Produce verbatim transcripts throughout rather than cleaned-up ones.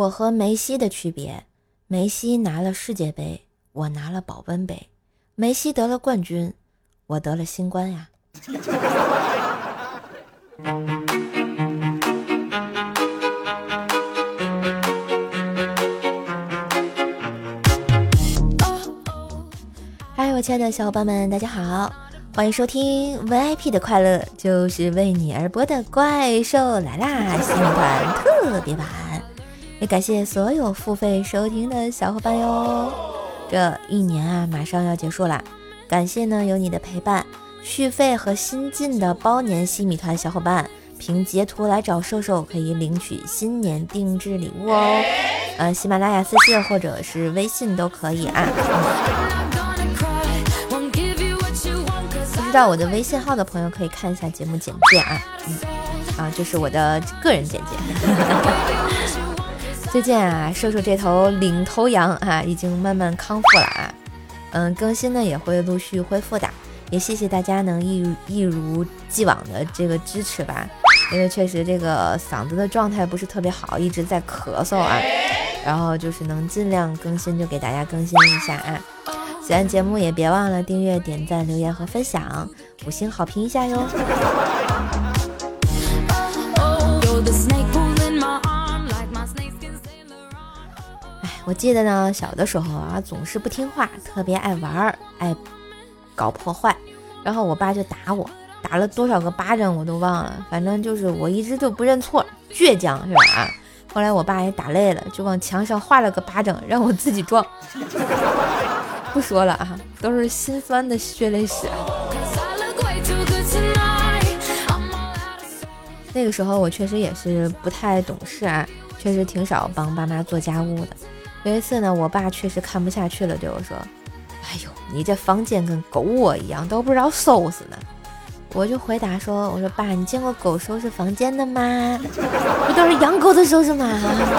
我和梅西的区别，梅西拿了世界杯，我拿了保温杯，梅西得了冠军，我得了新冠呀。嗨，我亲爱的小伙伴们，大家好，欢迎收听 V I P 的快乐就是为你而播的怪兽来啦新闻团特别版，也感谢所有付费收听的小伙伴哟。这一年啊马上要结束了，感谢呢有你的陪伴，续费和新进的包年西米团小伙伴凭截图来找兽兽可以领取新年定制礼物哦。呃，喜马拉雅私信或者是微信都可以啊。不知道我的微信号的朋友可以看一下节目简介啊。嗯，啊，这是我的个人简介。最近啊，兽兽这头领头羊啊，已经慢慢康复了啊。嗯，更新呢也会陆续恢复的，也谢谢大家能一一如既往的这个支持吧。因为确实这个嗓子的状态不是特别好，一直在咳嗽啊。然后就是能尽量更新就给大家更新一下啊。喜欢节目也别忘了订阅、点赞、留言和分享，五星好评一下哟。哎，我记得呢，小的时候啊，总是不听话，特别爱玩，爱搞破坏，然后我爸就打我，打了多少个巴掌我都忘了，反正就是我一直都不认错，倔强是吧？后来我爸也打累了，就往墙上画了个巴掌，让我自己撞。不说了啊，都是心酸的血泪史。那个时候我确实也是不太懂事啊，确实挺少帮爸妈做家务的。有一次呢，我爸确实看不下去了，对我说：“哎呦，你这房间跟狗窝一样，都不知道收拾呢。”我就回答说：“我说爸，你见过狗收拾房间的吗？不都是养狗的收拾吗？”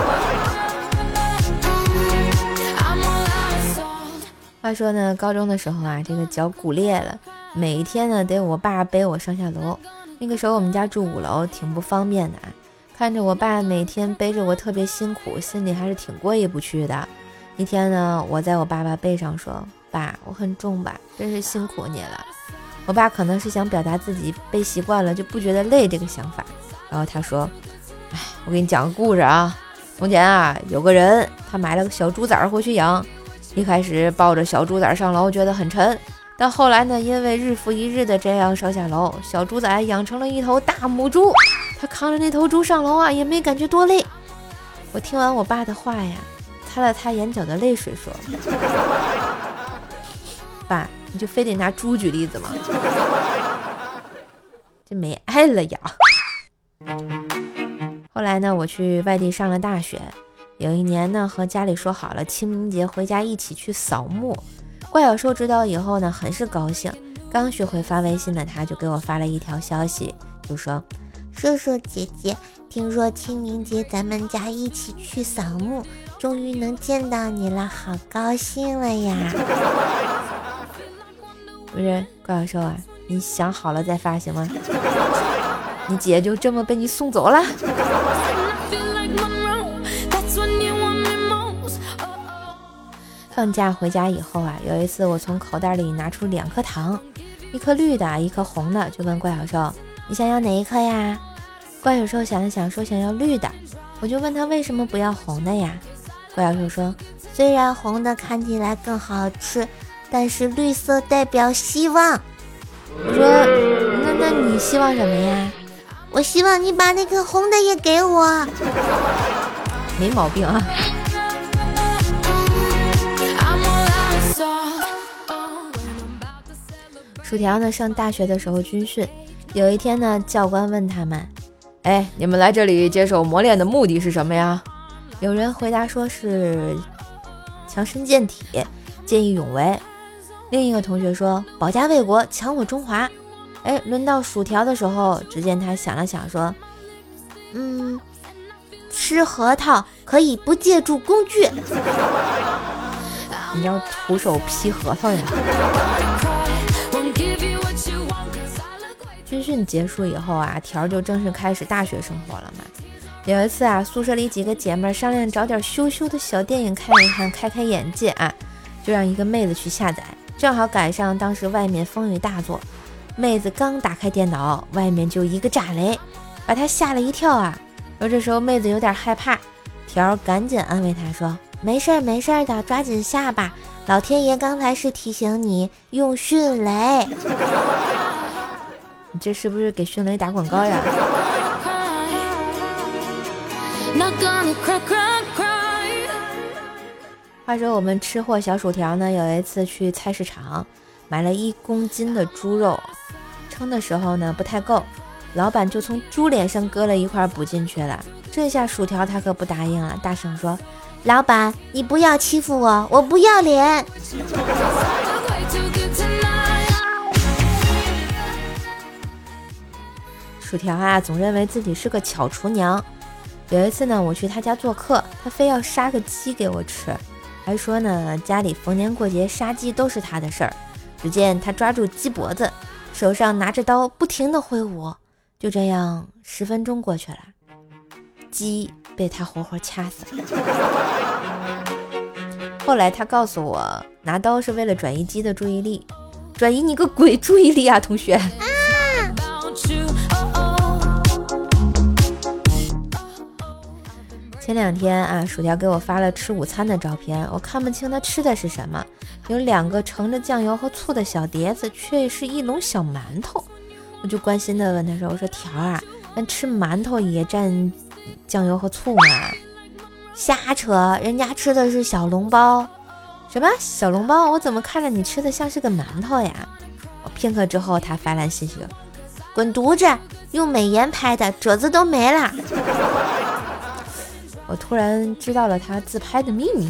话说呢，高中的时候啊，这个脚骨裂了，每一天呢得我爸背我上下楼。那个时候我们家住五楼，挺不方便的啊。看着我爸每天背着我特别辛苦，心里还是挺过意不去的。一天呢，我在我爸爸背上说：“爸，我很重吧，真是辛苦你了。”我爸可能是想表达自己背习惯了就不觉得累这个想法，然后他说：“哎，我给你讲个故事啊。从前啊，有个人他买了个小猪崽回去养。一开始抱着小猪崽上楼觉得很沉，但后来呢，因为日复一日的这样上下楼，小猪崽养成了一头大母猪，他扛着那头猪上楼啊，也没感觉多累。”我听完我爸的话呀，擦了擦眼角的泪水说：“爸，你就非得拿猪举例子吗？这没爱了呀。”后来呢，我去外地上了大学，有一年呢，和家里说好了清明节回家一起去扫墓。怪小兽知道以后呢，很是高兴，刚学会发微信的他就给我发了一条消息，就说：“兽兽姐姐，听说清明节咱们家一起去扫墓，终于能见到你了，好高兴了呀。”不是怪小兽啊，你想好了再发行吗？你姐就这么被你送走了？放假回家以后啊，有一次我从口袋里拿出两颗糖，一颗绿的，一颗红的，就问怪小兽：“你想要哪一颗呀？”怪小兽想了想说想要绿的，我就问他为什么不要红的呀？怪小兽说：“虽然红的看起来更好吃，但是绿色代表希望。”我说：“那那你希望什么呀？”“我希望你把那颗红的也给我。”没毛病啊。薯条呢上大学的时候军训，有一天呢教官问他们：“哎，你们来这里接受磨练的目的是什么呀？”有人回答说是强身健体、见义勇为。另一个同学说保家卫国、强我中华。哎，轮到薯条的时候，只见他想了想说：“嗯，吃核桃可以不借助工具。”你要徒手劈核桃呀？军训结束以后啊，条就正式开始大学生活了嘛。 有一次啊，宿舍里几个姐妹商量找点羞羞的小电影看一看，开开眼界啊，就让一个妹子去下载，正好赶上当时外面风雨大作，妹子刚打开电脑，外面就一个炸雷，把她吓了一跳啊。而这时候妹子有点害怕，条赶紧安慰她说，没事儿没事儿的，抓紧下吧，老天爷刚才是提醒你用迅雷。你这是不是给迅雷打广告呀？话说我们吃货小薯条呢，有一次去菜市场买了一公斤的猪肉，称的时候呢不太够，老板就从猪脸上割了一块补进去了。这下薯条他可不答应了，大声说，老板你不要欺负我，我不要脸。薯条啊总认为自己是个巧厨娘，有一次呢我去他家做客，他非要杀个鸡给我吃，还说呢家里逢年过节杀鸡都是他的事儿。只见他抓住鸡脖子，手上拿着刀不停地挥舞，就这样十分钟过去了，鸡被他活活掐死了。后来他告诉我，拿刀是为了转移鸡的注意力。转移你个鬼注意力啊同学啊！前两天啊，薯条给我发了吃午餐的照片，我看不清他吃的是什么，有两个盛着酱油和醋的小碟子，却是一笼小馒头。我就关心的问他说，我说条啊，那吃馒头也蘸酱油和醋吗？瞎扯，人家吃的是小笼包。什么小笼包？我怎么看着你吃的像是个馒头呀？我片刻之后他发来信息，滚犊子，用美颜拍的，褶子都没了。我突然知道了他自拍的秘密。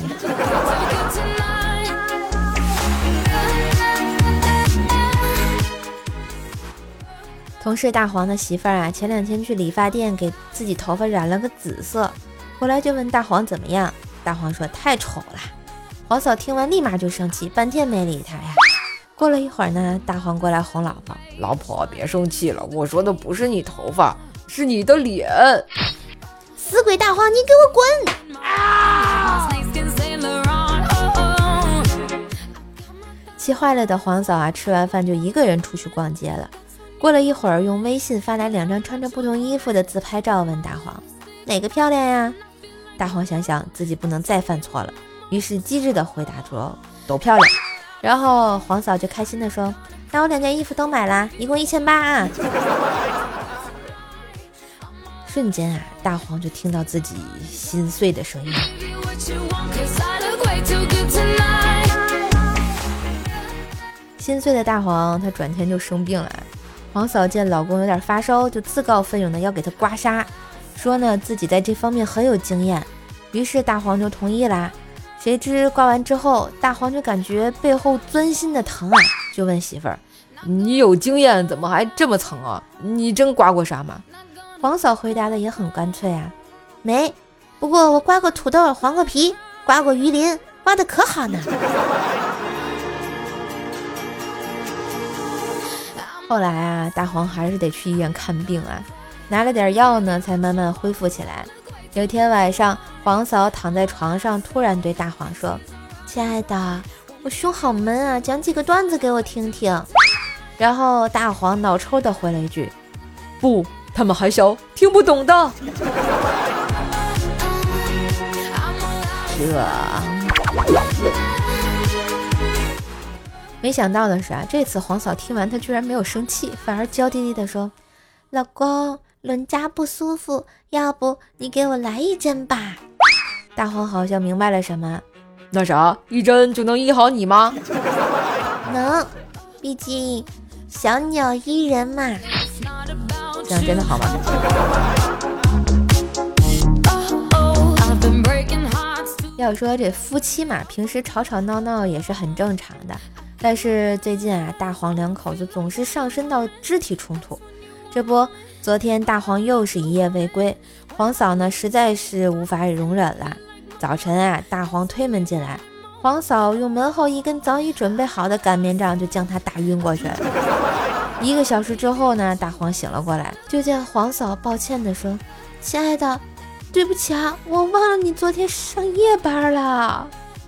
同事大黄的媳妇儿啊，前两天去理发店给自己头发染了个紫色，回来就问大黄怎么样，大黄说太丑了。黄嫂听完立马就生气，半天没理他呀。过了一会儿呢，大黄过来哄老婆，老婆别生气了，我说的不是你头发，是你的脸。死鬼大黄，你给我滚！啊！气坏了的黄嫂啊，吃完饭就一个人出去逛街了。过了一会儿，用微信发来两张穿着不同衣服的自拍照，问大黄哪个漂亮呀？大黄想想自己不能再犯错了，于是机智的回答说都漂亮。然后黄嫂就开心的说，那我两件衣服都买了，一共一千八啊。瞬间啊，大黄就听到自己心碎的声音。心碎的大黄，他转天就生病了。黄嫂见老公有点发烧，就自告奋勇的要给他刮痧，说呢自己在这方面很有经验。于是大黄就同意啦。谁知刮完之后，大黄就感觉背后钻心的疼啊，就问媳妇儿：“你有经验，怎么还这么疼啊？你真刮过痧吗？”黄嫂回答的也很干脆啊，没，不过我刮过土豆、黄瓜皮，刮过鱼鳞，刮的可好呢。后来啊，大黄还是得去医院看病啊，拿了点药呢，才慢慢恢复起来。有天晚上，黄嫂躺在床上，突然对大黄说：“亲爱的，我胸好闷啊，讲几个段子给我听听。”然后大黄脑抽的回了一句：“不。”他们还小，听不懂的。这没想到的是啊，这次黄嫂听完，她居然没有生气，反而娇滴滴的说：“老公，轮家不舒服，要不你给我来一针吧？”大黄好像明白了什么，那啥，一针就能医好你吗？能，毕竟小鸟依人嘛。这样真的好吗？要说这夫妻嘛，平时吵吵闹闹也是很正常的，但是最近啊，大黄两口子总是上升到肢体冲突。这不，昨天大黄又是一夜未归，黄嫂呢实在是无法容忍了。早晨啊，大黄推门进来，黄嫂用门后一根早已准备好的擀面杖就将他打晕过去了。一个小时之后呢，大黄醒了过来，就见黄嫂抱歉地说：“亲爱的， 对不起啊，我忘了你昨天上夜班了。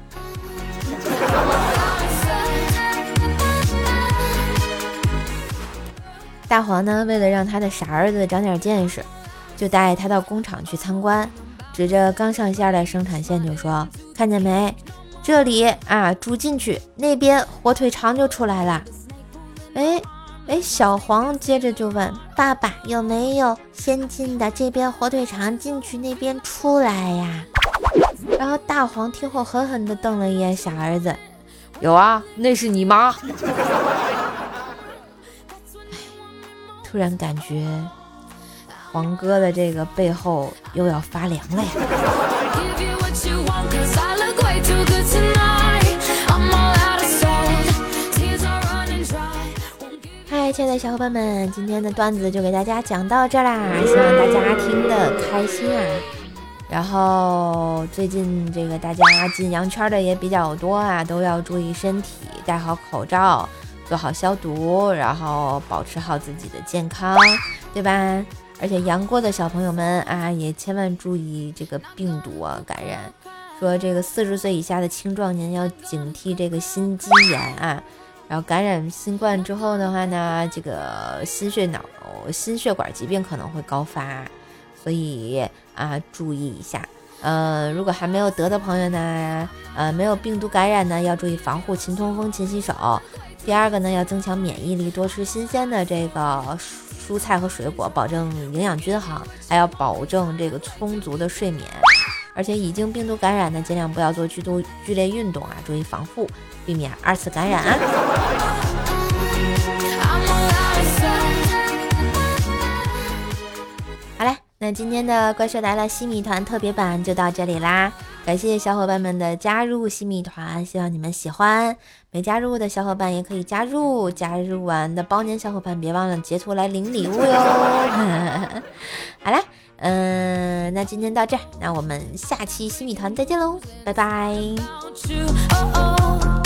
大黄呢，为了让他的傻儿子长点见识，就带他到工厂去参观，指着刚上线的生产线就说：看见没，这里啊煮进去，那边火腿肠就出来了。哎哎，小黄接着就问爸爸，有没有先进的这边火腿肠进去，那边出来呀？然后大黄听后狠狠地瞪了一眼傻儿子，有啊，那是你妈。突然感觉黄哥的这个背后又要发凉了呀。嗨，亲爱的小伙伴们，今天的段子就给大家讲到这啦，希望大家听得开心啊。然后最近这个大家进羊圈的也比较多啊，都要注意身体，戴好口罩，做好消毒，然后保持好自己的健康，对吧？而且阳过的小朋友们啊，也千万注意这个病毒啊感染。说这个四十岁以下的青壮年要警惕这个心肌炎啊，然后感染新冠之后的话呢，这个心血脑心血管疾病可能会高发，所以啊注意一下。呃，如果还没有得的朋友呢，呃，没有病毒感染呢，要注意防护，勤通风，勤洗手。第二个呢，要增强免疫力，多吃新鲜的这个蔬菜和水果，保证营养均衡，还要保证这个充足的睡眠。而且已经病毒感染的，尽量不要做剧度剧烈运动啊，注意防护，避免二次感染啊。好嘞，那今天的怪兽来了西米团特别版就到这里啦，感谢小伙伴们的加入西米团，希望你们喜欢。没加入的小伙伴也可以加入，加入完的包年小伙伴别忘了截图来领礼物哟。好啦，嗯、呃，那今天到这儿，那我们下期西米团再见喽，拜拜。